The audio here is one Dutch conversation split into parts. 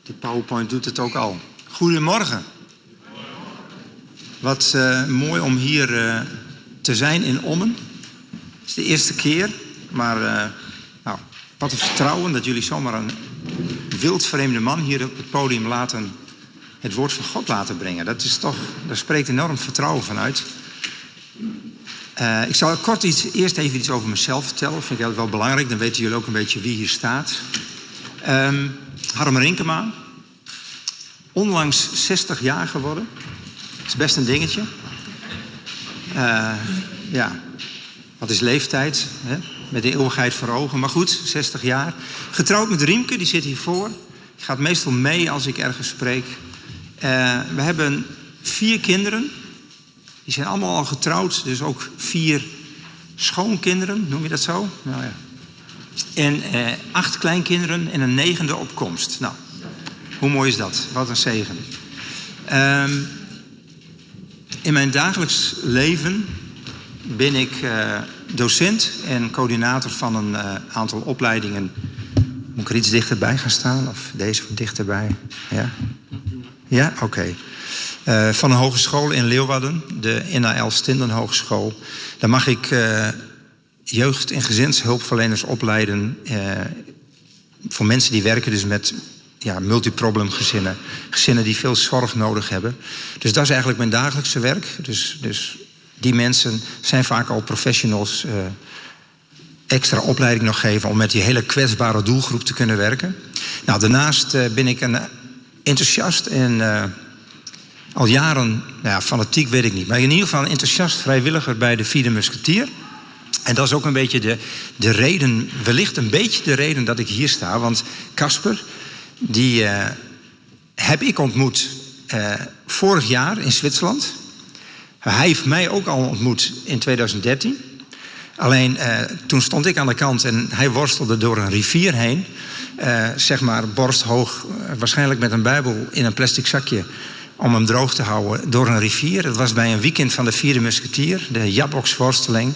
De PowerPoint doet het ook al. Goedemorgen. Wat mooi om hier te zijn in Ommen. Het is de eerste keer, maar wat een vertrouwen dat jullie zomaar een wildvreemde man hier op het podium het woord van God laten brengen. Daar spreekt enorm vertrouwen van uit. Ik zal eerst even iets over mezelf vertellen. Dat vind ik wel belangrijk. Dan weten jullie ook een beetje wie hier staat. Harm Rinkema. Onlangs 60 jaar geworden. Dat is best een dingetje. Wat is leeftijd? Hè? Met de eeuwigheid voor ogen. Maar goed, 60 jaar. Getrouwd met Riemke, die zit hiervoor. Die gaat meestal mee als ik ergens spreek. We hebben 4 kinderen. Die zijn allemaal al getrouwd. Dus ook 4 schoonkinderen, noem je dat zo? Nou ja. En 8 kleinkinderen en een 9e op komst. Nou, hoe mooi is dat? Wat een zegen. In mijn dagelijks leven ben ik docent en coördinator van een aantal opleidingen. Moet ik er iets dichterbij gaan staan? Of deze wat dichterbij? Ja? Ja? Oké. Van een hogeschool in Leeuwarden, de NAL Stinden Hogeschool. Daar mag ik jeugd- en gezinshulpverleners opleiden. Voor mensen die werken dus met multiproblem gezinnen. Gezinnen die veel zorg nodig hebben. Dus dat is eigenlijk mijn dagelijkse werk. Dus die mensen zijn vaak al professionals. Extra opleiding nog geven om met die hele kwetsbare doelgroep te kunnen werken. Nou, daarnaast ben ik een enthousiast en al jaren, fanatiek weet ik niet, maar in ieder geval een enthousiast vrijwilliger bij de Vierde Musketier. En dat is ook een beetje de reden, wellicht een beetje de reden dat ik hier sta. Want Casper, die heb ik ontmoet vorig jaar in Zwitserland. Hij heeft mij ook al ontmoet in 2013. Alleen toen stond ik aan de kant en hij worstelde door een rivier heen. Zeg maar borsthoog, waarschijnlijk met een Bijbel in een plastic zakje om hem droog te houden door een rivier. Dat was bij een weekend van de Vierde Musketier, de Jabboksworsteling.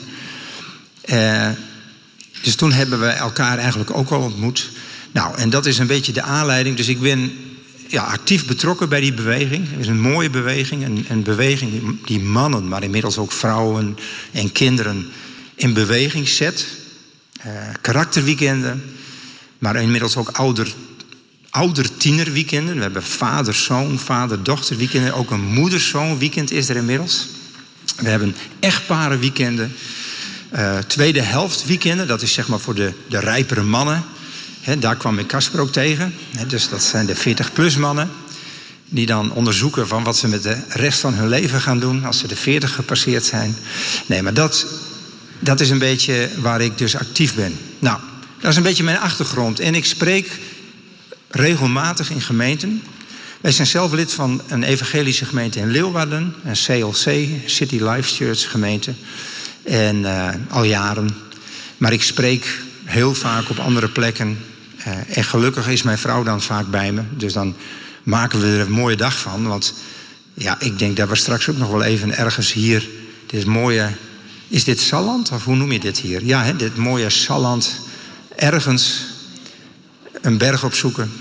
Dus toen hebben we elkaar eigenlijk ook al ontmoet. Nou, en dat is een beetje de aanleiding. Dus ik ben actief betrokken bij die beweging. Het is een mooie beweging. Een beweging die mannen, maar inmiddels ook vrouwen en kinderen in beweging zet. Karakterweekenden. Maar inmiddels ook ouder-tienerweekenden. We hebben vader-zoon, vader-dochterweekenden. Ook een moeder-zoon weekend is er inmiddels. We hebben echtparenweekenden. Tweede helft weekenden. Dat is zeg maar voor de rijpere mannen. Daar kwam ik Casper ook tegen. Dus dat zijn de 40-plus mannen. Die dan onderzoeken van wat ze met de rest van hun leven gaan doen. Als ze de 40 gepasseerd zijn. Nee, maar dat is een beetje waar ik dus actief ben. Nou, dat is een beetje mijn achtergrond. En ik spreek regelmatig in gemeenten. Wij zijn zelf lid van een evangelische gemeente in Leeuwarden. Een CLC, City Life Church gemeente. En al jaren. Maar ik spreek heel vaak op andere plekken. En gelukkig is mijn vrouw dan vaak bij me. Dus dan maken we er een mooie dag van. Want ik denk dat we straks ook nog wel even ergens hier dit mooie... Is dit Salland? Of hoe noem je dit hier? Ja, dit mooie Salland. Ergens een berg opzoeken.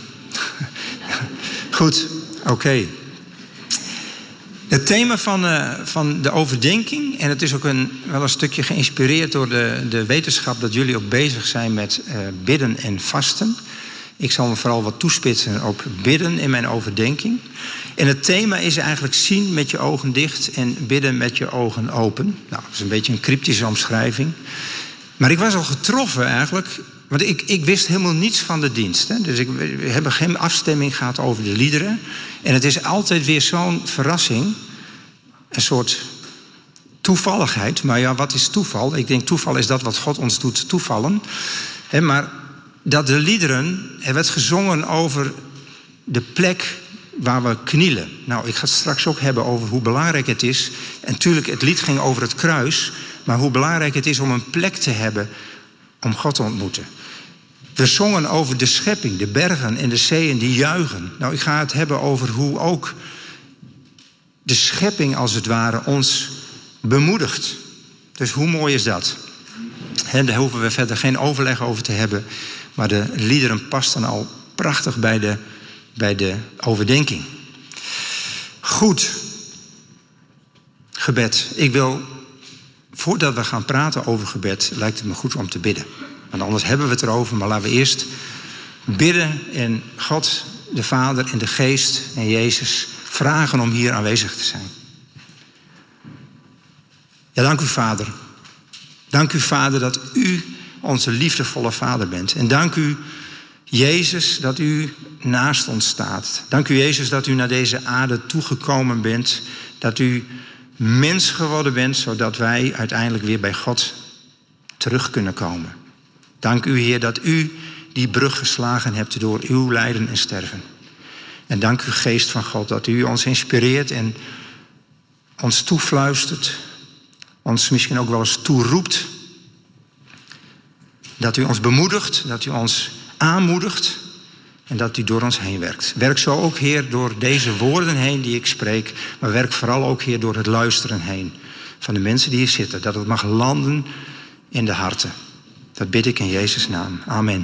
Goed, oké. Het thema van de overdenking, en het is ook wel een stukje geïnspireerd door de wetenschap dat jullie ook bezig zijn met bidden en vasten. Ik zal me vooral wat toespitsen op bidden in mijn overdenking. En het thema is eigenlijk zien met je ogen dicht en bidden met je ogen open. Nou, dat is een beetje een cryptische omschrijving. Maar ik was al getroffen eigenlijk, want ik wist helemaal niets van de dienst. Hè? Dus we hebben geen afstemming gehad over de liederen. En het is altijd weer zo'n verrassing. Een soort toevalligheid. Maar wat is toeval? Ik denk toeval is dat wat God ons doet toevallen. Maar dat de liederen, er werd gezongen over de plek waar we knielen. Nou, ik ga het straks ook hebben over hoe belangrijk het is. En natuurlijk, het lied ging over het kruis. Maar hoe belangrijk het is om een plek te hebben om God te ontmoeten. We zongen over de schepping, de bergen en de zeeën die juichen. Nou, ik ga het hebben over hoe ook de schepping als het ware ons bemoedigt. Dus hoe mooi is dat? En daar hoeven we verder geen overleg over te hebben. Maar de liederen pasten al prachtig bij bij de overdenking. Goed. Gebed. Ik wil, voordat we gaan praten over gebed, lijkt het me goed om te bidden. Want anders hebben we het erover, maar laten we eerst bidden en God, de Vader en de Geest en Jezus vragen om hier aanwezig te zijn. Ja, dank u, Vader. Dank u, Vader, dat u onze liefdevolle Vader bent. En dank u, Jezus, dat u naast ons staat. Dank u, Jezus, dat u naar deze aarde toegekomen bent. Dat u mens geworden bent, zodat wij uiteindelijk weer bij God terug kunnen komen. Dank u, Heer, dat u die brug geslagen hebt door uw lijden en sterven. En dank u, Geest van God, dat u ons inspireert en ons toefluistert. Ons misschien ook wel eens toeroept. Dat u ons bemoedigt, dat u ons aanmoedigt en dat u door ons heen werkt. Werk zo ook, Heer, door deze woorden heen die ik spreek, maar werk vooral ook, Heer, door het luisteren heen van de mensen die hier zitten. Dat het mag landen in de harten. Dat bid ik in Jezus' naam. Amen.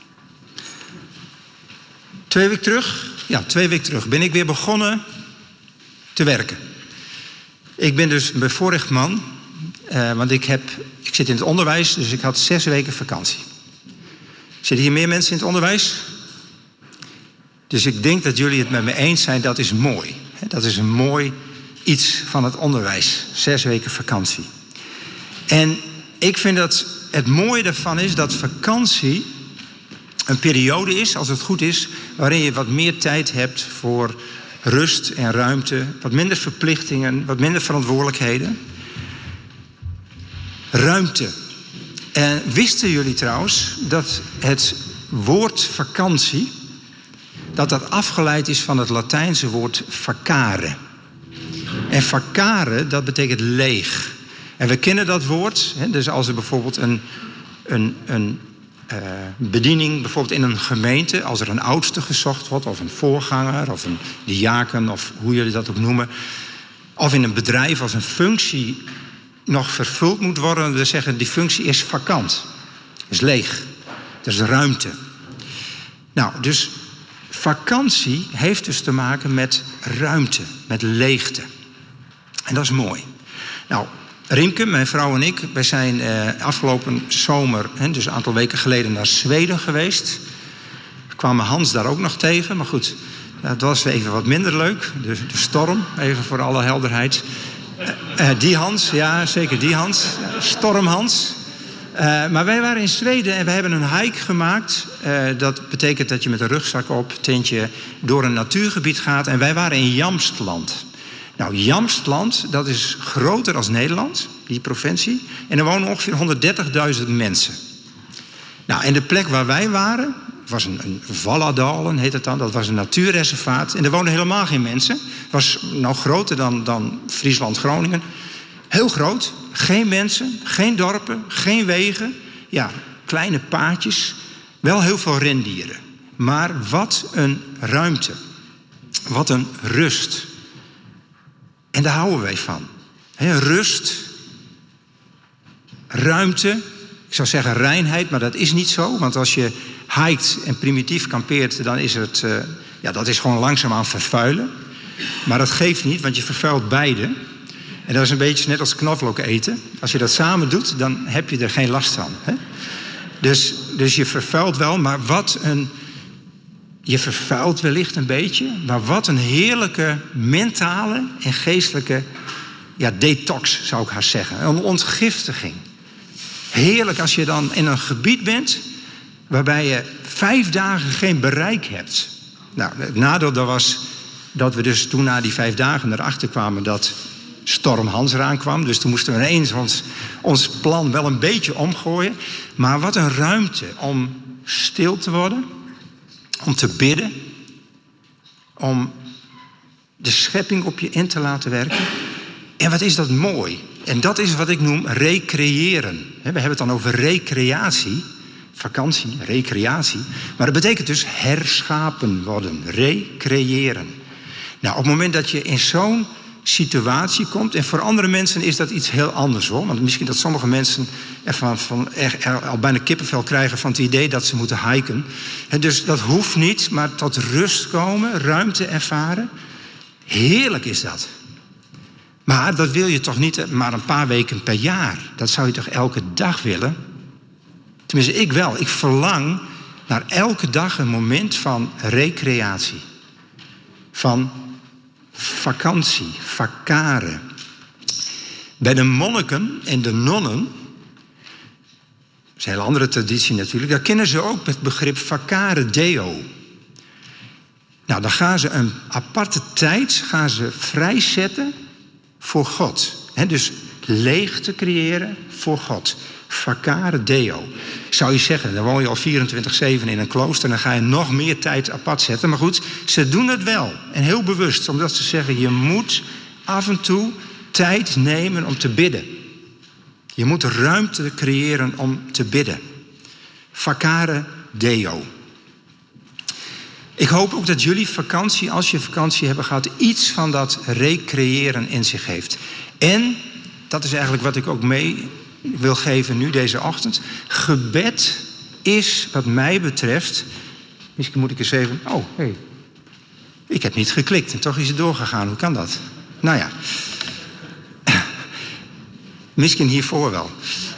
2 weken terug ben ik weer begonnen te werken. Ik ben dus een bevoorrecht man, want ik zit in het onderwijs, dus ik had 6 weken vakantie. Zitten hier meer mensen in het onderwijs? Dus ik denk dat jullie het met me eens zijn, dat is mooi. Dat is een mooi iets van het onderwijs. 6 weken vakantie. En ik vind dat het mooie daarvan is dat vakantie een periode is, als het goed is, waarin je wat meer tijd hebt voor rust en ruimte, wat minder verplichtingen, wat minder verantwoordelijkheden. Ruimte. En wisten jullie trouwens dat het woord vakantie, dat afgeleid is van het Latijnse woord vacare. En vacare, dat betekent leeg. En we kennen dat woord. Dus als er bijvoorbeeld een bediening, bijvoorbeeld in een gemeente, als er een oudste gezocht wordt, of een voorganger, of een diaken, of hoe jullie dat ook noemen. Of in een bedrijf, als een functie nog vervuld moet worden, dan zeggen die functie is vakant. Is leeg. Dat is ruimte. Nou, dus vakantie heeft dus te maken met ruimte, met leegte. En dat is mooi. Nou, Riemke, mijn vrouw en ik, wij zijn afgelopen zomer, dus een aantal weken geleden, naar Zweden geweest. We kwamen Hans daar ook nog tegen, maar goed, dat was even wat minder leuk. De storm, even voor alle helderheid. Die Hans, ja zeker die Hans, Storm Hans. Maar wij waren in Zweden en we hebben een hike gemaakt. Dat betekent dat je met een rugzak op, tentje, door een natuurgebied gaat. En wij waren in Jamstland. Nou, Jamstland, dat is groter als Nederland, die provincie. En er wonen ongeveer 130.000 mensen. Nou, en de plek waar wij waren, was een Valladalen, heet het dan. Dat was een natuurreservaat. En er woonden helemaal geen mensen. Het was nog groter dan Friesland, Groningen. Heel groot. Geen mensen, geen dorpen, geen wegen. Ja, kleine paadjes. Wel heel veel rendieren. Maar wat een ruimte. Wat een rust. En daar houden wij van. Rust. Ruimte. Ik zou zeggen reinheid, maar dat is niet zo. Want als je hikt en primitief kampeert, dan is het, dat is gewoon langzaamaan vervuilen. Maar dat geeft niet, want je vervuilt beide. En dat is een beetje net als knoflook eten. Als je dat samen doet, dan heb je er geen last van. Hè? Dus je vervuilt wel, maar je vervuilt wellicht een beetje. Maar wat een heerlijke mentale en geestelijke detox, zou ik haast zeggen. Een ontgiftiging. Heerlijk als je dan in een gebied bent waarbij je 5 dagen geen bereik hebt. Nou, het nadeel was dat we dus toen na die 5 dagen erachter kwamen dat Storm Hans eraan kwam. Dus toen moesten we ineens ons plan wel een beetje omgooien. Maar wat een ruimte om stil te worden. Om te bidden. Om de schepping op je in te laten werken. En wat is dat mooi. En dat is wat ik noem recreëren. We hebben het dan over recreatie. Vakantie, recreatie. Maar dat betekent dus herschapen worden. Recreëren. Nou, op het moment dat je in zo'n situatie komt. En voor andere mensen is dat iets heel anders, hoor. Want misschien dat sommige mensen er al bijna kippenvel krijgen van het idee dat ze moeten hiken. En dus dat hoeft niet, maar tot rust komen, ruimte ervaren. Heerlijk is dat. Maar dat wil je toch niet maar een paar weken per jaar. Dat zou je toch elke dag willen? Tenminste, ik wel. Ik verlang naar elke dag een moment van recreatie. Van vakantie, vacare. Bij de monniken en de nonnen, dat is een hele andere traditie natuurlijk, daar kennen ze ook het begrip vacare deo. Nou, dan gaan ze een aparte tijd vrijzetten voor God. Dus leegte creëren voor God. Vacare deo. Zou je zeggen, dan woon je al 24/7 in een klooster en dan ga je nog meer tijd apart zetten. Maar goed, ze doen het wel. En heel bewust, omdat ze zeggen, je moet af en toe tijd nemen om te bidden. Je moet ruimte creëren om te bidden. Vacare deo. Ik hoop ook dat jullie vakantie, als je vakantie hebben gehad, iets van dat recreëren in zich heeft. En, dat is eigenlijk wat ik ook mee wil geven nu deze ochtend. Gebed is wat mij betreft... Misschien moet ik eens even... Oh, hey. Ik heb niet geklikt en toch is het doorgegaan. Hoe kan dat? Nou ja. Misschien hiervoor wel.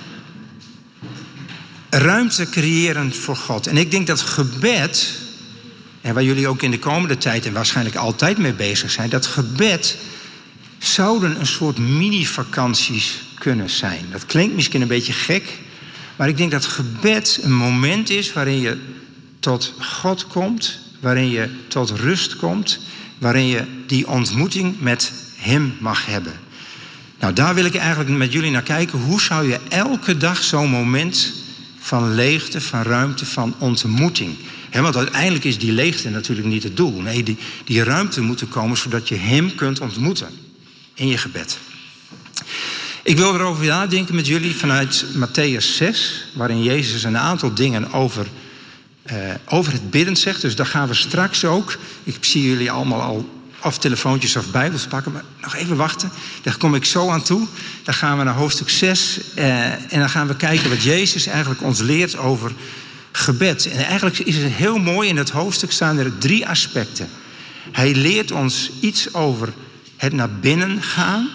Ruimte creëren voor God. En ik denk dat gebed... en waar jullie ook in de komende tijd en waarschijnlijk altijd mee bezig zijn... dat gebed zouden een soort mini-vakanties kunnen zijn. Dat klinkt misschien een beetje gek... maar ik denk dat gebed een moment is waarin je tot God komt... waarin je tot rust komt... waarin je die ontmoeting met Hem mag hebben. Nou, daar wil ik eigenlijk met jullie naar kijken. Hoe zou je elke dag zo'n moment van leegte, van ruimte, van ontmoeting... want uiteindelijk is die leegte natuurlijk niet het doel. Nee, die ruimte moet er komen zodat je Hem kunt ontmoeten in je gebed. Ik wil erover nadenken met jullie vanuit Mattheüs 6... waarin Jezus een aantal dingen over het bidden zegt. Dus daar gaan we straks ook... Ik zie jullie allemaal al of telefoontjes of bijbels pakken... maar nog even wachten, daar kom ik zo aan toe. Dan gaan we naar hoofdstuk 6... en dan gaan we kijken wat Jezus eigenlijk ons leert over... gebed. En eigenlijk is het heel mooi, in het hoofdstuk staan er 3 aspecten. Hij leert ons iets over het naar binnen gaan.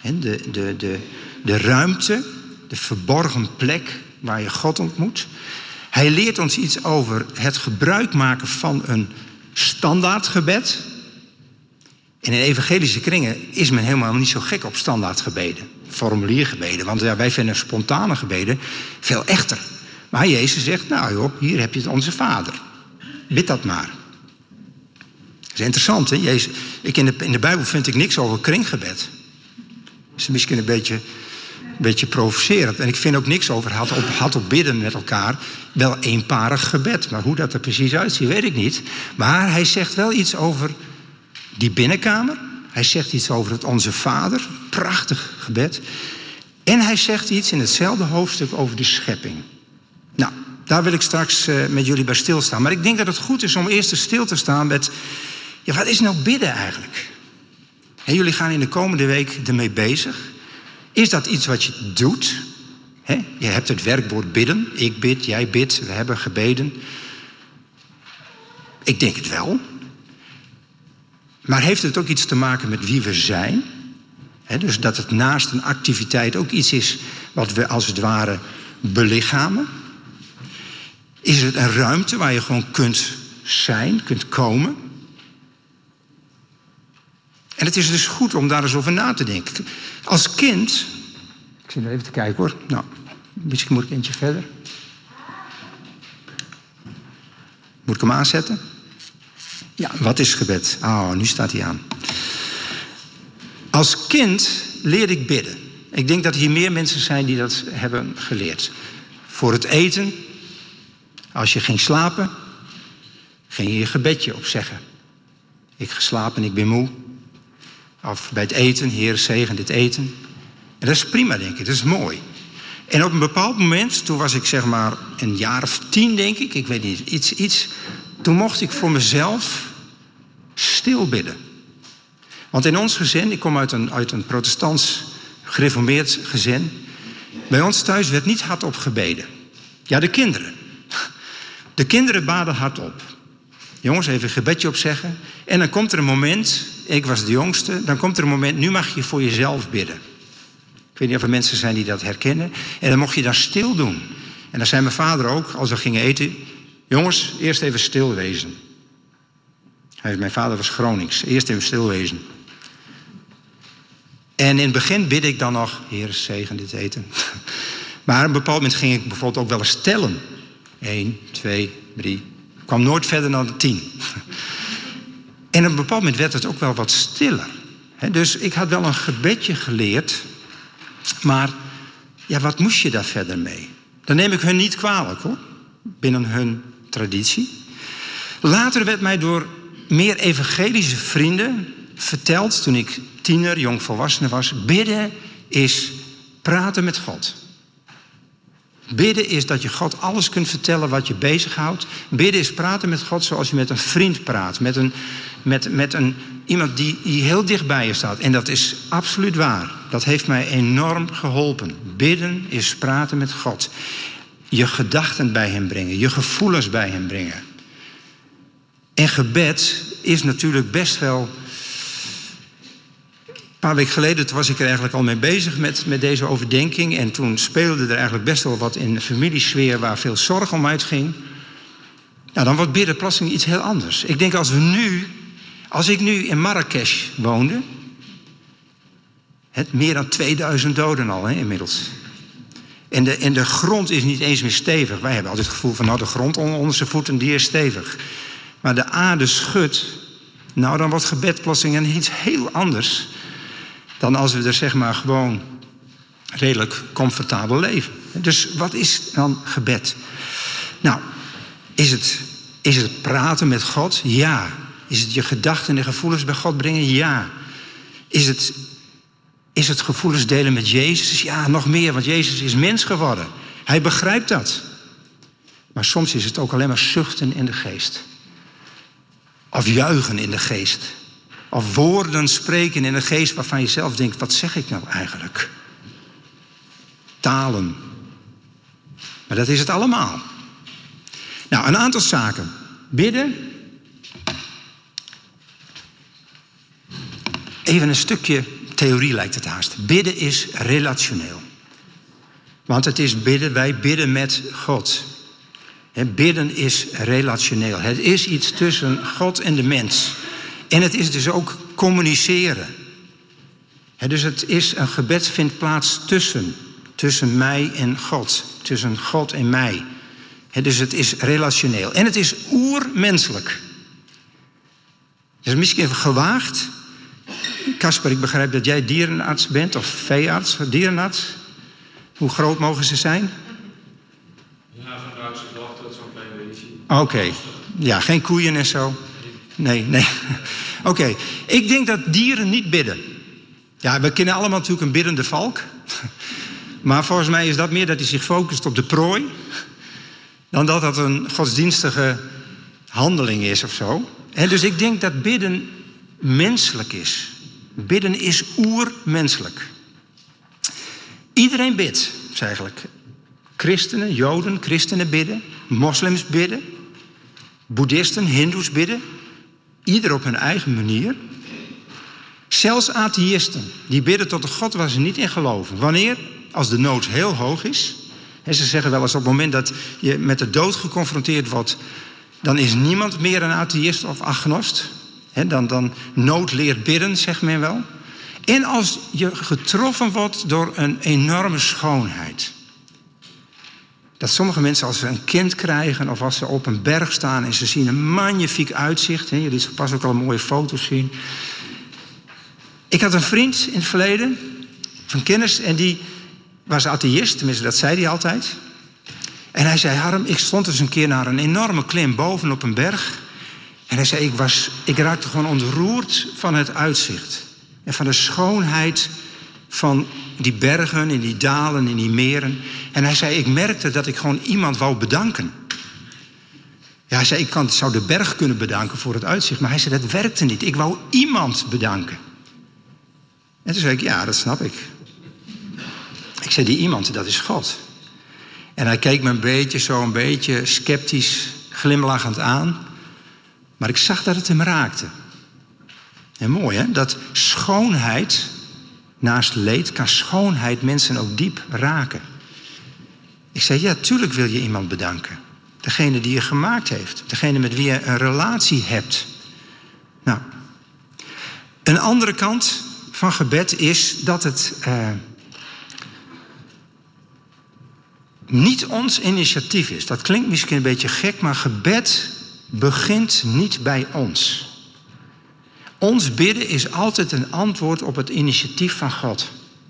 De ruimte, de verborgen plek waar je God ontmoet. Hij leert ons iets over het gebruik maken van een standaardgebed. En in evangelische kringen is men helemaal niet zo gek op standaardgebeden. Formuliergebeden, want wij vinden spontane gebeden veel echter. Maar Jezus zegt, nou joh, hier heb je het onze Vader. Bid dat maar. Dat is interessant, hè? Jezus, in de Bijbel vind ik niks over kringgebed. Dat is misschien een beetje provocerend. En ik vind ook niks over hardop bidden met elkaar. Wel eenparig gebed. Maar hoe dat er precies uitziet, weet ik niet. Maar hij zegt wel iets over die binnenkamer. Hij zegt iets over het onze Vader. Prachtig gebed. En hij zegt iets in hetzelfde hoofdstuk over de schepping. Nou, daar wil ik straks met jullie bij stilstaan. Maar ik denk dat het goed is om eerst stil te staan met... ja, wat is nou bidden eigenlijk? En jullie gaan in de komende week ermee bezig. Is dat iets wat je doet? Je hebt het werkwoord bidden. Ik bid, jij bidt, we hebben gebeden. Ik denk het wel. Maar heeft het ook iets te maken met wie we zijn? Dus dat het naast een activiteit ook iets is wat we als het ware belichamen? Is het een ruimte waar je gewoon kunt zijn, kunt komen? En het is dus goed om daar eens over na te denken. Als kind... Ik zit even te kijken hoor. Nou, misschien moet ik eentje verder. Moet ik hem aanzetten? Ja, wat is gebed? Oh, nu staat hij aan. Als kind leerde ik bidden. Ik denk dat hier meer mensen zijn die dat hebben geleerd. Voor het eten, als je ging slapen, ging je je gebedje opzeggen. Ik ga slapen, ik ben moe. Of bij het eten, Heer, zegen dit eten. En dat is prima, denk ik. Dat is mooi. En op een bepaald moment, toen was ik zeg maar een jaar of 10, denk ik weet niet, iets. Toen mocht ik voor mezelf stil bidden. Want in ons gezin, ik kom uit een protestants gereformeerd gezin. Bij ons thuis werd niet hardop gebeden. Ja, de kinderen. De kinderen baden hardop. Jongens, even een gebedje opzeggen. En dan komt er een moment, ik was de jongste, dan komt er een moment, nu mag je voor jezelf bidden. Ik weet niet of er mensen zijn die dat herkennen. En dan mocht je daar stil doen. En dan zei mijn vader ook, als we gingen eten, jongens, eerst even stil wezen. Mijn vader was Gronings, eerst even stil wezen. En in het begin bid ik dan nog, Heer, zegen dit eten. Maar op een bepaald moment ging ik bijvoorbeeld ook wel eens tellen. 1, 2, 3. Ik kwam nooit verder dan de 10. En op een bepaald moment werd het ook wel wat stiller. Dus ik had wel een gebedje geleerd. Maar ja, wat moest je daar verder mee? Dan neem ik hun niet kwalijk, hoor. Binnen hun traditie. Later werd mij door meer evangelische vrienden verteld, toen ik tiener, jongvolwassene was, bidden is praten met God. Bidden is dat je God alles kunt vertellen wat je bezighoudt. Bidden is praten met God zoals je met een vriend praat. Met iemand die heel dichtbij je staat. En dat is absoluut waar. Dat heeft mij enorm geholpen. Bidden is praten met God. Je gedachten bij hem brengen. Je gevoelens bij hem brengen. En gebed is natuurlijk best wel... Een paar weken geleden was ik er eigenlijk al mee bezig met deze overdenking. En toen speelde er eigenlijk best wel wat in de familiesfeer waar veel zorg om uitging. Nou, dan wordt bidden plotseling iets heel anders. Ik denk als ik nu in Marrakesh woonde... meer dan 2000 doden al inmiddels. En de grond is niet eens meer stevig. Wij hebben altijd het gevoel van de grond onder onze voeten die is stevig. Maar de aarde schudt. Nou, dan wordt gebed plotseling iets heel anders... dan als we er zeg maar gewoon redelijk comfortabel leven. Dus wat is dan gebed? Nou, is het praten met God? Ja. Is het je gedachten en gevoelens bij God brengen? Ja. Is het gevoelens delen met Jezus? Ja, nog meer, want Jezus is mens geworden. Hij begrijpt dat. Maar soms is het ook alleen maar zuchten in de geest. Of juichen in de geest. Of woorden spreken in de geest waarvan je zelf denkt, wat zeg ik nou eigenlijk? Talen. Maar dat is het allemaal. Nou, een aantal zaken. Bidden. Even een stukje theorie lijkt het haast. Bidden is relationeel. Want het is bidden, wij bidden met God. Bidden is relationeel. Het is iets tussen God en de mens. En het is dus ook communiceren. Dus het is een gebed vindt plaats tussen mij en God. Tussen God en mij. Dus het is relationeel. En het is oermenselijk. Dat is misschien even gewaagd. Kasper, ik begrijp dat jij dierenarts bent of veearts, dierenarts. Hoe groot mogen ze zijn? Ja, van Duitse dochter, zo'n klein beetje. Oké. Ja, geen koeien en zo. Nee. Oké. Ik denk dat dieren niet bidden. Ja, we kennen allemaal natuurlijk een biddende valk. Maar volgens mij is dat meer dat hij zich focust op de prooi. Dan dat dat een godsdienstige handeling is of zo. Dus ik denk dat bidden menselijk is. Bidden is oermenselijk. Iedereen bidt, eigenlijk. Christenen, Joden, christenen bidden. Moslims bidden. Boeddhisten, hindoes bidden. Ieder op hun eigen manier. Zelfs atheïsten, die bidden tot de God waar ze niet in geloven. Wanneer? Als de nood heel hoog is. En ze zeggen wel eens op het moment dat je met de dood geconfronteerd wordt, dan is niemand meer een atheïst of agnost. Dan nood leert bidden, zegt men wel. En als je getroffen wordt door een enorme schoonheid. Dat sommige mensen als ze een kind krijgen of als ze op een berg staan en ze zien een magnifiek uitzicht. Jullie zullen pas ook al mooie foto's zien. Ik had een vriend in het verleden, van kennis, en die was atheïst, tenminste dat zei hij altijd. En hij zei, Harm, ik stond dus een keer naar een enorme klim bovenop een berg. En hij zei, ik raakte gewoon ontroerd van het uitzicht. En van de schoonheid van die bergen en die dalen en die meren. En hij zei, ik merkte dat ik gewoon iemand wou bedanken. Ja, hij zei, ik zou de berg kunnen bedanken voor het uitzicht. Maar hij zei, dat werkte niet. Ik wou iemand bedanken. En toen zei ik, ja, dat snap ik. Ik zei, die iemand, dat is God. En hij keek me een beetje sceptisch, glimlachend aan. Maar ik zag dat het hem raakte. En mooi, hè? Dat schoonheid, naast leed, kan schoonheid mensen ook diep raken. Ik zei, ja, tuurlijk wil je iemand bedanken. Degene die je gemaakt heeft. Degene met wie je een relatie hebt. Nou, een andere kant van gebed is dat het niet ons initiatief is. Dat klinkt misschien een beetje gek, maar gebed begint niet bij ons. Ons bidden is altijd een antwoord op het initiatief van God.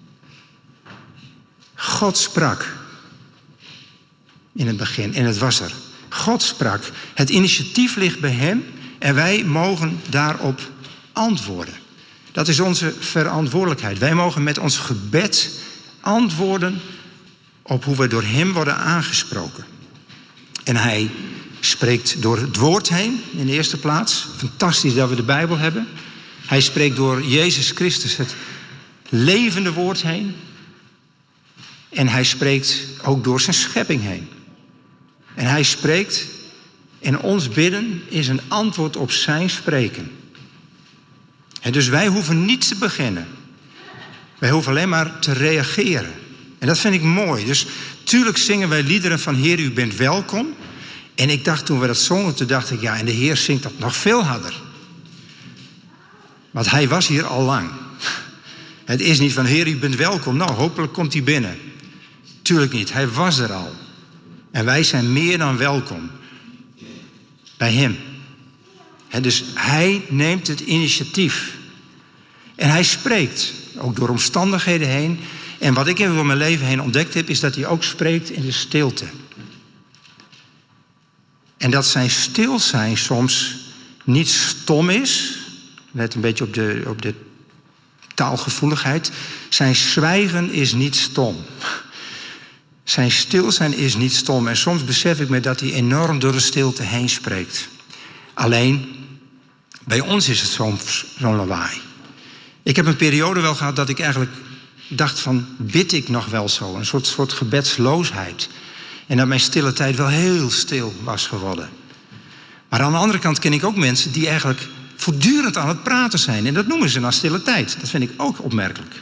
God sprak in het begin en het was er. God sprak. Het initiatief ligt bij hem en wij mogen daarop antwoorden. Dat is onze verantwoordelijkheid. Wij mogen met ons gebed antwoorden op hoe we door hem worden aangesproken. En hij spreekt door het woord heen in de eerste plaats. Fantastisch dat we de Bijbel hebben. Hij spreekt door Jezus Christus, het levende woord heen. En hij spreekt ook door zijn schepping heen. En hij spreekt en ons bidden is een antwoord op zijn spreken. En dus wij hoeven niet te beginnen. Wij hoeven alleen maar te reageren. En dat vind ik mooi. Dus tuurlijk zingen wij liederen van Heer, u bent welkom. En ik dacht toen we dat zongen, toen dacht ik, ja, en de Heer zingt dat nog veel harder. Want hij was hier al lang. Het is niet van Heer, u bent welkom. Nou, hopelijk komt hij binnen. Tuurlijk niet, hij was er al. En wij zijn meer dan welkom. Bij hem. Dus hij neemt het initiatief. En hij spreekt, ook door omstandigheden heen. En wat ik even door mijn leven heen ontdekt heb, is dat hij ook spreekt in de stilte. En dat zijn stil zijn soms niet stom is. Let een beetje op de taalgevoeligheid. Zijn zwijgen is niet stom. Zijn stil zijn is niet stom. En soms besef ik me dat hij enorm door de stilte heen spreekt. Alleen, bij ons is het zo'n lawaai. Ik heb een periode wel gehad dat ik eigenlijk dacht van, bid ik nog wel zo? Een soort gebedsloosheid. En dat mijn stille tijd wel heel stil was geworden. Maar aan de andere kant ken ik ook mensen die eigenlijk voortdurend aan het praten zijn. En dat noemen ze dan stille tijd. Dat vind ik ook opmerkelijk.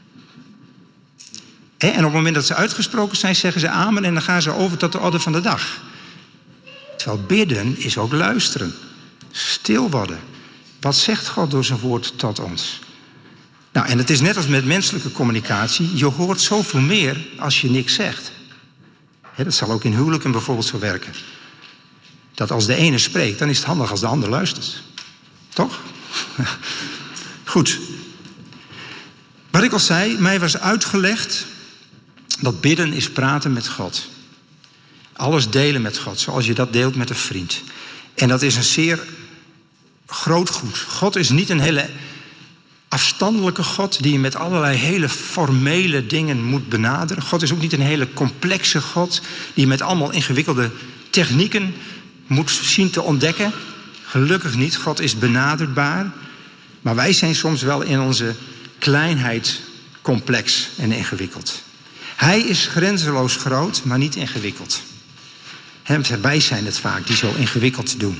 En op het moment dat ze uitgesproken zijn, zeggen ze amen en dan gaan ze over tot de orde van de dag. Terwijl bidden is ook luisteren. Stil worden. Wat zegt God door zijn woord tot ons? Nou, en het is net als met menselijke communicatie. Je hoort zoveel meer als je niks zegt. Dat zal ook in huwelijken bijvoorbeeld zo werken. Dat als de ene spreekt, dan is het handig als de ander luistert. Toch? Goed. Wat ik al zei, mij was uitgelegd dat bidden is praten met God. Alles delen met God, zoals je dat deelt met een vriend. En dat is een zeer groot goed. God is niet een hele afstandelijke God die je met allerlei hele formele dingen moet benaderen. God is ook niet een hele complexe God die je met allemaal ingewikkelde technieken moet zien te ontdekken. Gelukkig niet. God is benaderbaar. Maar wij zijn soms wel in onze kleinheid complex en ingewikkeld. Hij is grenzeloos groot, maar niet ingewikkeld. Wij zijn het vaak die zo ingewikkeld doen.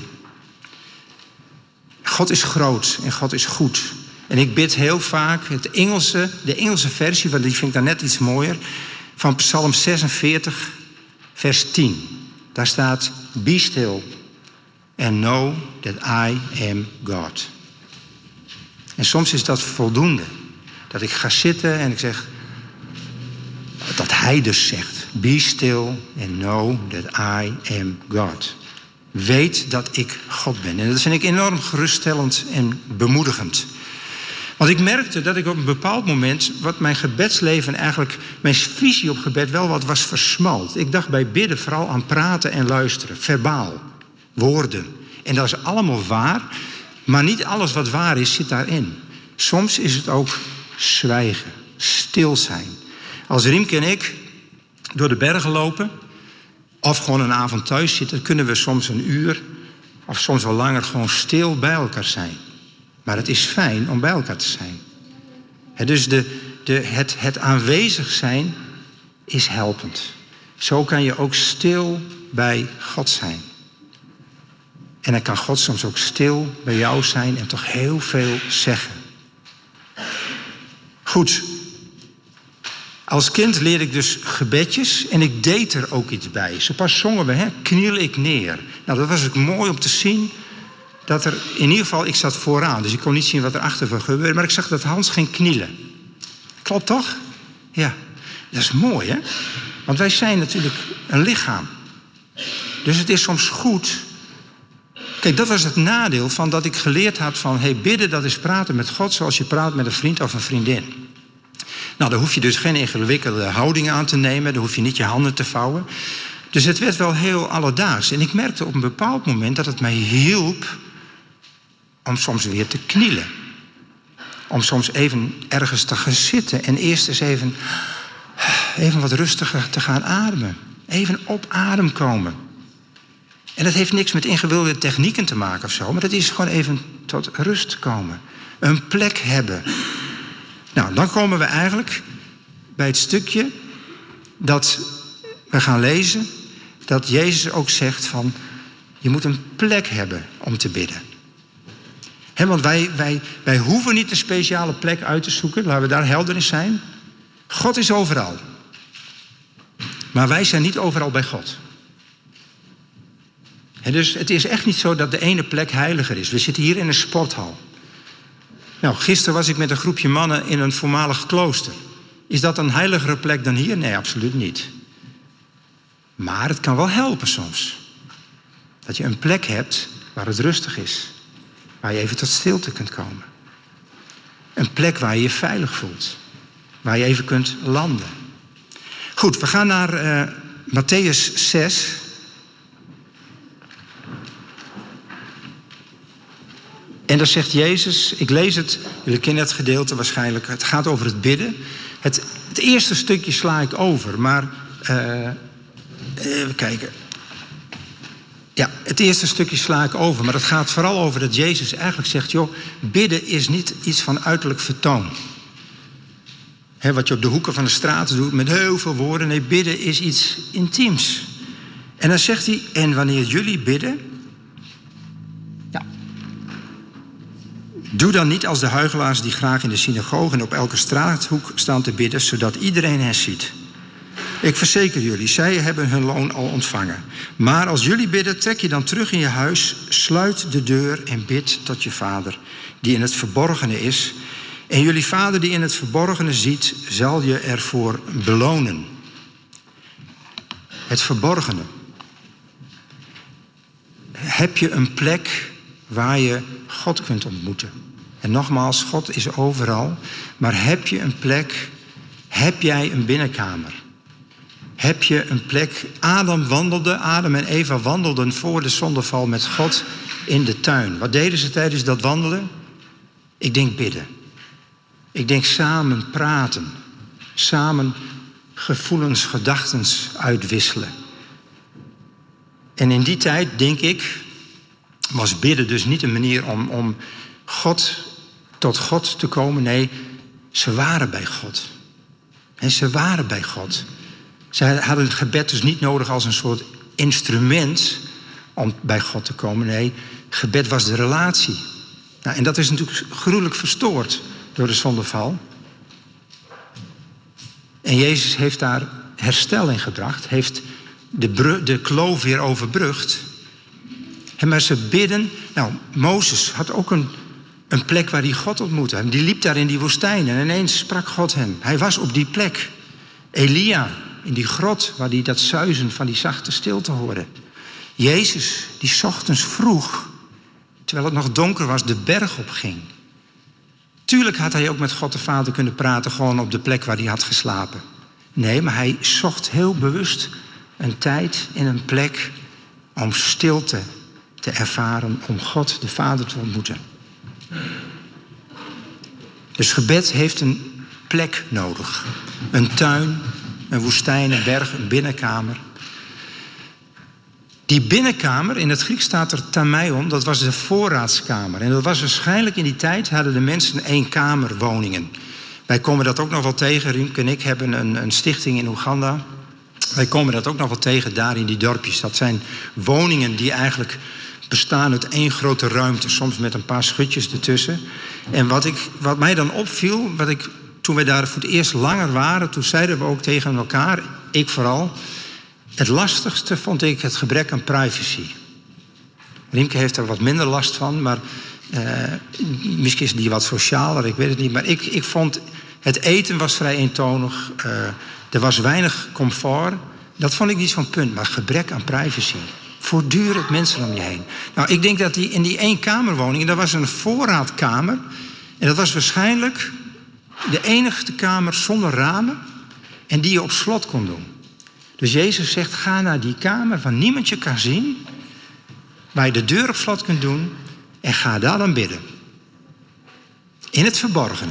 God is groot en God is goed. En ik bid heel vaak de Engelse versie, want die vind ik dan net iets mooier, van Psalm 46, vers 10. Daar staat, be still and know that I am God. En soms is dat voldoende. Dat ik ga zitten en ik zeg, dat hij dus zegt, be still and know that I am God. Weet dat ik God ben. En dat vind ik enorm geruststellend en bemoedigend. Want ik merkte dat ik op een bepaald moment, wat mijn gebedsleven eigenlijk, mijn visie op gebed wel wat was versmalt. Ik dacht bij bidden vooral aan praten en luisteren, verbaal, woorden. En dat is allemaal waar, maar niet alles wat waar is zit daarin. Soms is het ook zwijgen, stil zijn. Als Riemke en ik door de bergen lopen, of gewoon een avond thuis zitten, kunnen we soms een uur, of soms wel langer, gewoon stil bij elkaar zijn. Maar het is fijn om bij elkaar te zijn. Dus het aanwezig zijn is helpend. Zo kan je ook stil bij God zijn. En dan kan God soms ook stil bij jou zijn en toch heel veel zeggen. Goed. Als kind leerde ik dus gebedjes en ik deed er ook iets bij. Zo pas zongen we, kniel ik neer. Nou, dat was ook mooi om te zien dat er, in ieder geval, ik zat vooraan. Dus ik kon niet zien wat er achter gebeurde. Maar ik zag dat Hans ging knielen. Klopt toch? Ja. Dat is mooi, hè? Want wij zijn natuurlijk een lichaam. Dus het is soms goed. Kijk, dat was het nadeel van dat ik geleerd had van, bidden, dat is praten met God zoals je praat met een vriend of een vriendin. Nou, daar hoef je dus geen ingewikkelde houding aan te nemen. Daar hoef je niet je handen te vouwen. Dus het werd wel heel alledaags. En ik merkte op een bepaald moment dat het mij hielp om soms weer te knielen. Om soms even ergens te gaan zitten en eerst eens even wat rustiger te gaan ademen. Even op adem komen. En dat heeft niks met ingewikkelde technieken te maken of zo. Maar dat is gewoon even tot rust komen. Een plek hebben. Nou, dan komen we eigenlijk bij het stukje dat we gaan lezen. Dat Jezus ook zegt van, je moet een plek hebben om te bidden. Want wij hoeven niet een speciale plek uit te zoeken. Laten we daar helder in zijn. God is overal. Maar wij zijn niet overal bij God. Dus het is echt niet zo dat de ene plek heiliger is. We zitten hier in een sporthal. Nou, gisteren was ik met een groepje mannen in een voormalig klooster. Is dat een heiligere plek dan hier? Nee, absoluut niet. Maar het kan wel helpen soms. Dat je een plek hebt waar het rustig is. Waar je even tot stilte kunt komen. Een plek waar je je veilig voelt. Waar je even kunt landen. Goed, we gaan naar Mattheüs 6. En daar zegt Jezus, ik lees het, jullie kennen het gedeelte waarschijnlijk. Het gaat over het bidden. Het eerste stukje sla ik over, maar even kijken. Ja, het eerste stukje sla ik over, maar het gaat vooral over dat Jezus eigenlijk zegt, joh, bidden is niet iets van uiterlijk vertoon. Wat je op de hoeken van de straat doet met heel veel woorden. Nee, bidden is iets intiems. En dan zegt hij, en wanneer jullie bidden, doe dan niet als de huichelaars die graag in de synagoge en op elke straathoek staan te bidden, zodat iedereen hen ziet. Ik verzeker jullie, zij hebben hun loon al ontvangen. Maar als jullie bidden, trek je dan terug in je huis, sluit de deur en bid tot je Vader, die in het verborgene is. En jullie Vader die in het verborgene ziet, zal je ervoor belonen. Het verborgene. Heb je een plek waar je God kunt ontmoeten? En nogmaals, God is overal. Maar heb je een plek, heb jij een binnenkamer? Heb je een plek? Adam en Eva wandelden voor de zondeval met God in de tuin. Wat deden ze tijdens dat wandelen? Ik denk bidden. Ik denk samen praten. Samen gevoelens, gedachten uitwisselen. En in die tijd, denk ik, was bidden dus niet een manier om tot God te komen. Nee, ze waren bij God. En ze waren bij God. Ze hadden het gebed dus niet nodig als een soort instrument om bij God te komen. Nee, gebed was de relatie. Nou, en dat is natuurlijk gruwelijk verstoord door de zondeval. En Jezus heeft daar herstel in gebracht. Heeft de kloof weer overbrugd. Maar ze bidden. Nou, Mozes had ook een plek waar hij God ontmoette. Die liep daar in die woestijn en ineens sprak God hem. Hij was op die plek. Elia, in die grot waar hij dat suizen van die zachte stilte hoorde. Jezus, die 's ochtends vroeg, terwijl het nog donker was, de berg opging. Tuurlijk had hij ook met God de Vader kunnen praten, gewoon op de plek waar hij had geslapen. Nee, maar hij zocht heel bewust een tijd en een plek om stilte te ervaren, om God de Vader te ontmoeten. Dus gebed heeft een plek nodig. Een tuin, een woestijn, een berg, een binnenkamer. Die binnenkamer, in het Grieks staat er tameion, dat was de voorraadskamer. En dat was waarschijnlijk in die tijd, hadden de mensen eenkamerwoningen. Wij komen dat ook nog wel tegen. Riemke en ik hebben een stichting in Oeganda. Wij komen dat ook nog wel tegen daar in die dorpjes. Dat zijn woningen die eigenlijk bestaan uit één grote ruimte. Soms met een paar schutjes ertussen. En wat mij dan opviel, toen wij daar voor het eerst langer waren, toen zeiden we ook tegen elkaar, ik vooral, het lastigste vond ik het gebrek aan privacy. Riemke heeft er wat minder last van, maar misschien is die wat socialer, ik weet het niet. Maar ik vond, het eten was vrij eentonig, er was weinig comfort. Dat vond ik niet zo'n punt, maar gebrek aan privacy. Voortdurend mensen om je heen. Nou, ik denk dat in die eenkamerwoning, dat was een voorraadkamer. En dat was waarschijnlijk de enige kamer zonder ramen en die je op slot kon doen. Dus Jezus zegt, ga naar die kamer waar niemand je kan zien, waar je de deur op slot kunt doen en ga daar dan bidden. In het verborgene.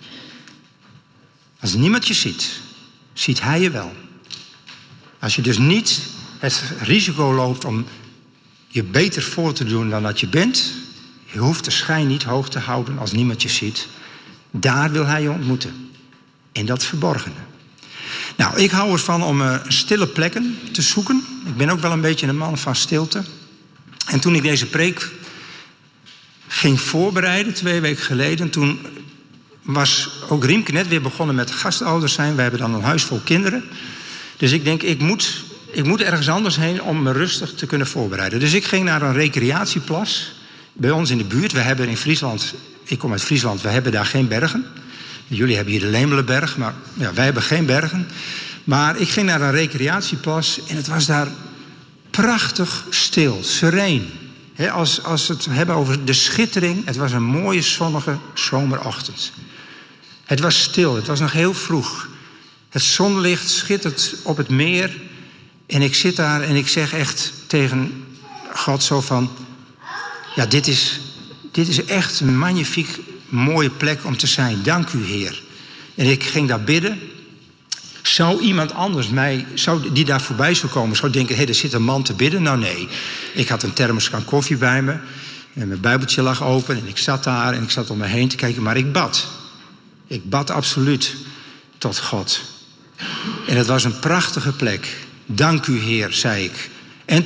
Als niemand je ziet, ziet hij je wel. Als je dus niet het risico loopt om je beter voor te doen dan dat je bent, je hoeft de schijn niet hoog te houden als niemand je ziet. Daar wil hij je ontmoeten. In dat verborgene. Nou, ik hou ervan om stille plekken te zoeken. Ik ben ook wel een beetje een man van stilte. En toen ik deze preek ging voorbereiden, 2 weken geleden, toen was ook Riemke net weer begonnen met gastouders zijn. We hebben dan een huis vol kinderen. Dus ik denk, ik moet ergens anders heen om me rustig te kunnen voorbereiden. Dus ik ging naar een recreatieplas bij ons in de buurt. We hebben in Friesland, ik kom uit Friesland, we hebben daar geen bergen. Jullie hebben hier de Lemelenberg, maar ja, wij hebben geen bergen. Maar ik ging naar een recreatieplas en het was daar prachtig stil, sereen. Als we het hebben over de schittering, het was een mooie zonnige zomerochtend. Het was stil, het was nog heel vroeg. Het zonlicht schittert op het meer. En ik zit daar en ik zeg echt tegen God zo van, ja, dit is echt een magnifiek mooie plek om te zijn. Dank u, Heer. En ik ging daar bidden. Zou iemand anders die daar voorbij zou komen, zou denken, hé, er zit een man te bidden? Nou, nee. Ik had een thermoskan koffie bij me. En mijn bijbeltje lag open. En ik zat daar en ik zat om me heen te kijken. Maar ik bad. Ik bad absoluut tot God. En het was een prachtige plek. Dank u, Heer, zei ik. En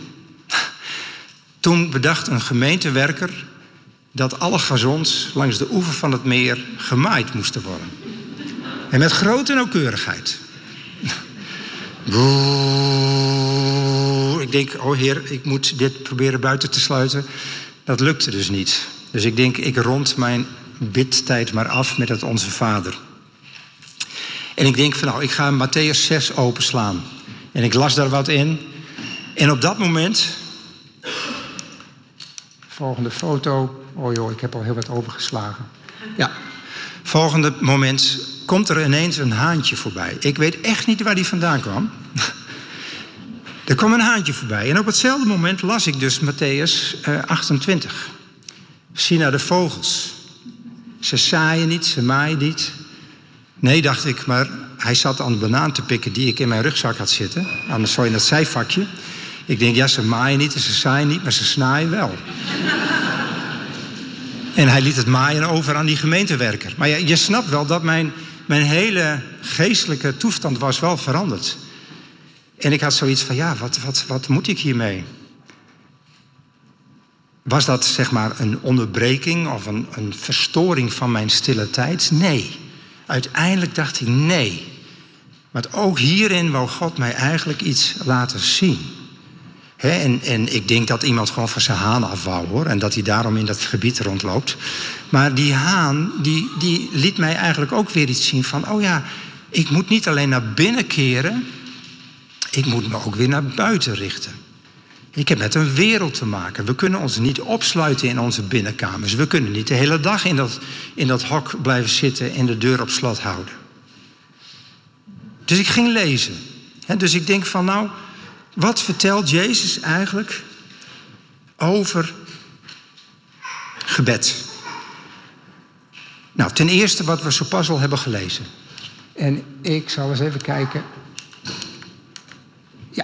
toen bedacht een gemeentewerker dat alle gazons langs de oever van het meer gemaaid moesten worden. En met grote nauwkeurigheid. Ik denk, oh Heer, ik moet dit proberen buiten te sluiten. Dat lukte dus niet. Dus ik denk, ik rond mijn bidtijd maar af met het Onze Vader. En ik denk van nou, ik ga Mattheüs 6 openslaan. En ik las daar wat in. En op dat moment, volgende foto. Oh joh, ik heb al heel wat overgeslagen. Ja, volgende moment komt er ineens een haantje voorbij. Ik weet echt niet waar die vandaan kwam. Er kwam een haantje voorbij. En op hetzelfde moment las ik dus Mattheüs 28. Zie naar de vogels. Ze zaaien niet, ze maaien niet. Nee, dacht ik, maar hij zat aan de banaan te pikken die ik in mijn rugzak had zitten. Anders zo in dat zijvakje. Ik denk, ja, ze maaien niet en ze zaaien niet, maar ze snaaien wel. En hij liet het maaien over aan die gemeentewerker. Maar ja, je snapt wel dat mijn hele geestelijke toestand was wel veranderd. En ik had zoiets van, ja, wat moet ik hiermee? Was dat zeg maar een onderbreking of een verstoring van mijn stille tijd? Nee. Uiteindelijk dacht ik nee. Want ook hierin wou God mij eigenlijk iets laten zien. En ik denk dat iemand gewoon van zijn haan af wou, hoor. En dat hij daarom in dat gebied rondloopt. Maar die haan, die liet mij eigenlijk ook weer iets zien van, oh ja, ik moet niet alleen naar binnen keren. Ik moet me ook weer naar buiten richten. Ik heb met een wereld te maken. We kunnen ons niet opsluiten in onze binnenkamers. We kunnen niet de hele dag in dat hok blijven zitten en de deur op slot houden. Dus ik ging lezen. Dus ik denk van nou, wat vertelt Jezus eigenlijk over gebed? Nou, ten eerste wat we zo pas al hebben gelezen. En ik zal eens even kijken. Ja.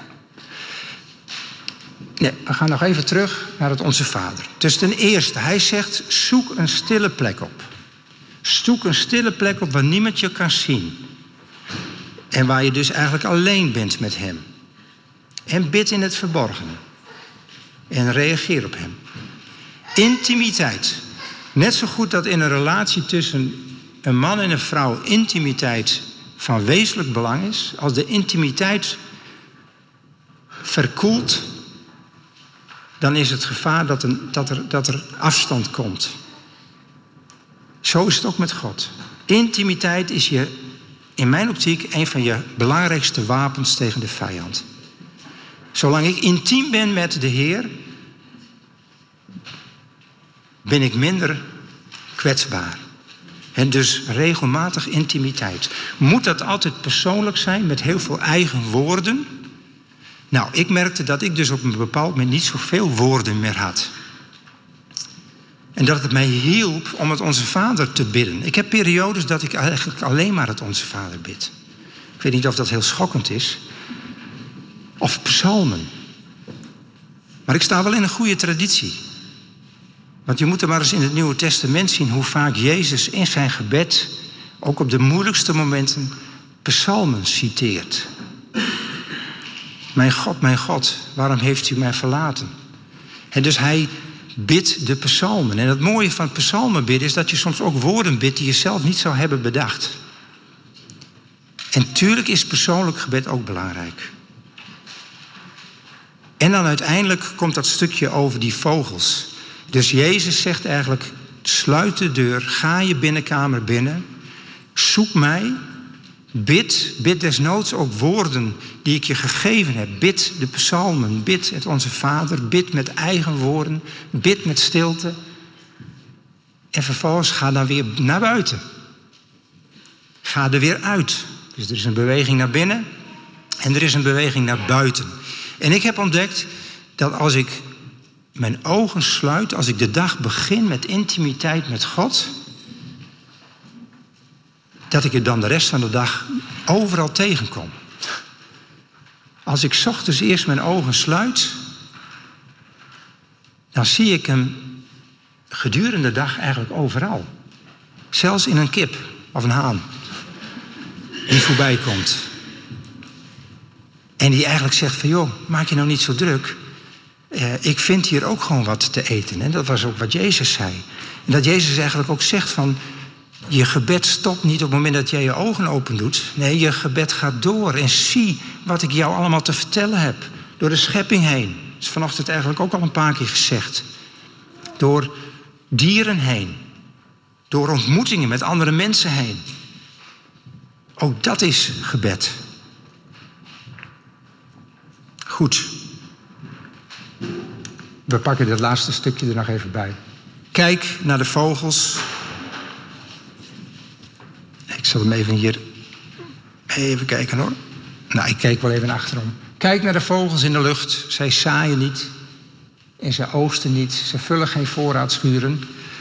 Nee, we gaan nog even terug naar het Onze Vader. Dus ten eerste, hij zegt, zoek een stille plek op. Zoek een stille plek op waar niemand je kan zien. En waar je dus eigenlijk alleen bent met hem. En bid in het verborgen. En reageer op hem. Intimiteit. Net zo goed dat in een relatie tussen een man en een vrouw intimiteit van wezenlijk belang is. Als de intimiteit verkoelt, dan is het gevaar dat er afstand komt. Zo is het ook met God. Intimiteit is in mijn optiek een van je belangrijkste wapens tegen de vijand. Zolang ik intiem ben met de Heer, ben ik minder kwetsbaar. En dus regelmatig intimiteit. Moet dat altijd persoonlijk zijn met heel veel eigen woorden? Nou, ik merkte dat ik dus op een bepaald moment niet zoveel woorden meer had. En dat het mij hielp om het Onze Vader te bidden. Ik heb periodes dat ik eigenlijk alleen maar het Onze Vader bid. Ik weet niet of dat heel schokkend is. Of psalmen. Maar ik sta wel in een goede traditie. Want je moet er maar eens in het Nieuwe Testament zien hoe vaak Jezus in zijn gebed, ook op de moeilijkste momenten, psalmen citeert. Mijn God, waarom heeft u mij verlaten? En dus hij bidt de psalmen. En het mooie van psalmen bidden is dat je soms ook woorden bidt die je zelf niet zou hebben bedacht. En tuurlijk is persoonlijk gebed ook belangrijk. En dan uiteindelijk komt dat stukje over die vogels. Dus Jezus zegt eigenlijk, sluit de deur, ga je binnenkamer binnen, zoek mij, bid desnoods ook woorden die ik je gegeven heb. Bid de psalmen, bid het Onze Vader, bid met eigen woorden, bid met stilte. En vervolgens ga dan weer naar buiten. Ga er weer uit. Dus er is een beweging naar binnen en er is een beweging naar buiten. En ik heb ontdekt dat als ik mijn ogen sluit, als ik de dag begin met intimiteit met God, dat ik het dan de rest van de dag overal tegenkom. Als ik 's ochtends eerst mijn ogen sluit, dan zie ik hem gedurende de dag eigenlijk overal. Zelfs in een kip of een haan die voorbij komt. En die eigenlijk zegt van, joh, maak je nou niet zo druk. Ik vind hier ook gewoon wat te eten. En dat was ook wat Jezus zei. En dat Jezus eigenlijk ook zegt van, je gebed stopt niet op het moment dat jij je ogen open doet. Nee, je gebed gaat door. En zie wat ik jou allemaal te vertellen heb. Door de schepping heen. Dat is vanochtend eigenlijk ook al een paar keer gezegd. Door dieren heen. Door ontmoetingen met andere mensen heen. Ook dat is gebed. Goed. We pakken dit laatste stukje er nog even bij. Kijk naar de vogels. Ik zal hem even hier... Even kijken hoor. Nou, ik kijk wel even achterom. Kijk naar de vogels in de lucht. Zij zaaien niet. En zij oogsten niet. Ze vullen geen voorraadschuren.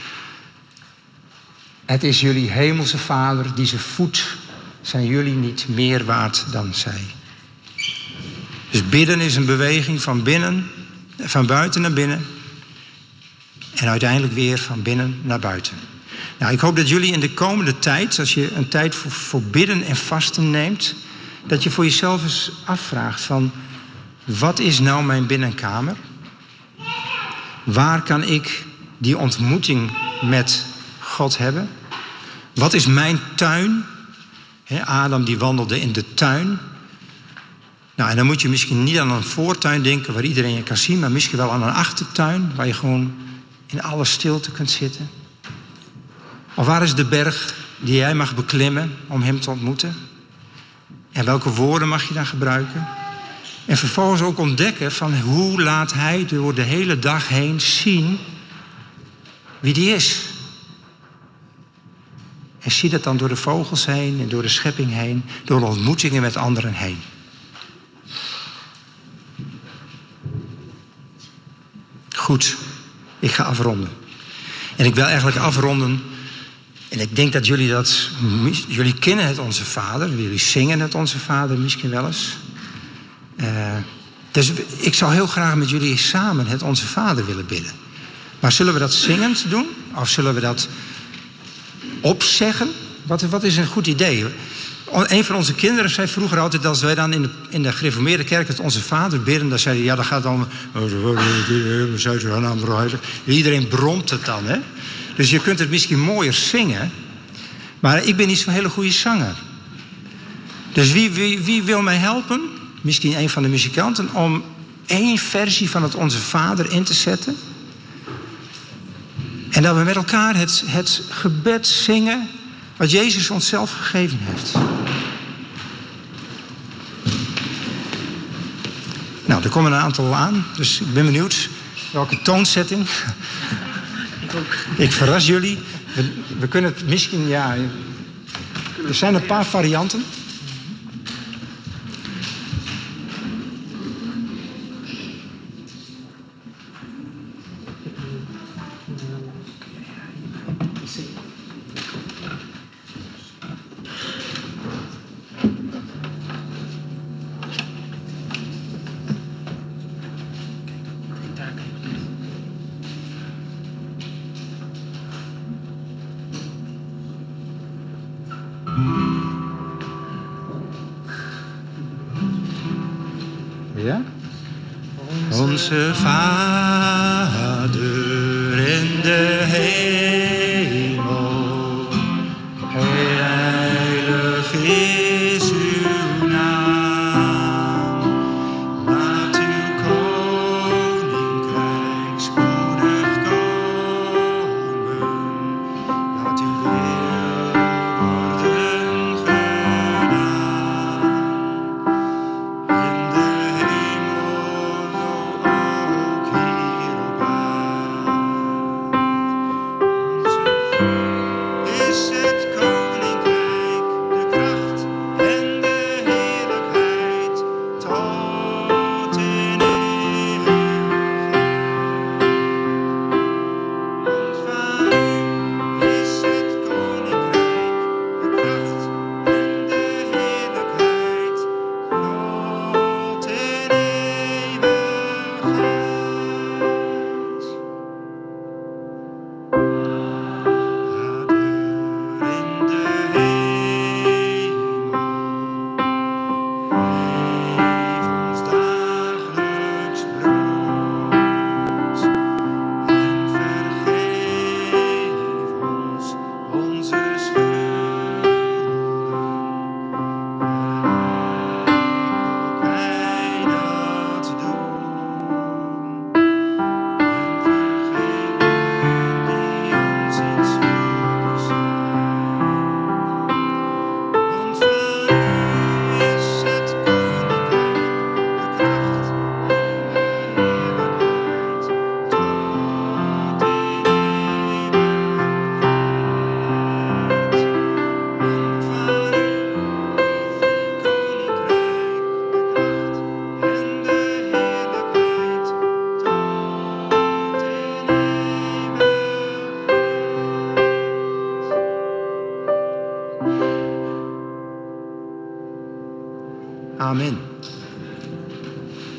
Het is jullie hemelse Vader die ze voedt. Zijn jullie niet meer waard dan zij? Dus bidden is een beweging van buiten naar binnen. En uiteindelijk weer van binnen naar buiten. Nou, ik hoop dat jullie in de komende tijd, als je een tijd voor bidden en vasten neemt, dat je voor jezelf eens afvraagt van, wat is nou mijn binnenkamer? Waar kan ik die ontmoeting met God hebben? Wat is mijn tuin? Adam die wandelde in de tuin. Nou, en dan moet je misschien niet aan een voortuin denken waar iedereen je kan zien, maar misschien wel aan een achtertuin waar je gewoon in alle stilte kunt zitten. Of waar is de berg die jij mag beklimmen om hem te ontmoeten? En welke woorden mag je dan gebruiken? En vervolgens ook ontdekken van hoe laat hij door de hele dag heen zien wie die is. En zie dat dan door de vogels heen en door de schepping heen, door de ontmoetingen met anderen heen. Goed, ik ga afronden. En ik wil eigenlijk afronden. En ik denk dat jullie kennen het Onze Vader. Jullie zingen het Onze Vader misschien wel eens. Dus ik zou heel graag met jullie samen het Onze Vader willen bidden. Maar zullen we dat zingend doen? Of zullen we dat opzeggen? Wat is een goed idee? Een van onze kinderen zei vroeger altijd, als wij dan in de gereformeerde kerk het Onze Vader bidden, dan zei hij, ja, dan gaat dan... Iedereen bromt het dan, hè? Dus je kunt het misschien mooier zingen, maar ik ben niet zo'n hele goede zanger. Dus wie wil mij helpen? Misschien een van de muzikanten, om 1 versie van het Onze Vader in te zetten. En dat we met elkaar het gebed zingen wat Jezus ons zelf gegeven heeft. Nou, er komen een aantal aan, dus ik ben benieuwd welke toonzetting. Ik verras jullie. We kunnen het misschien, ja... Er zijn een paar varianten. Ja? Onze Vader in de hemel, heilig is uw naam. Laat uw koninkrijk spoedig komen. Laat uw wil worden gedaan. In de hemel, ook hier op aarde. Is het koninkrijk, de kracht en de heerlijkheid tot in eeuwigheid. Want van u is het koninkrijk, de kracht en de heerlijkheid tot in eeuwigheid. Amen.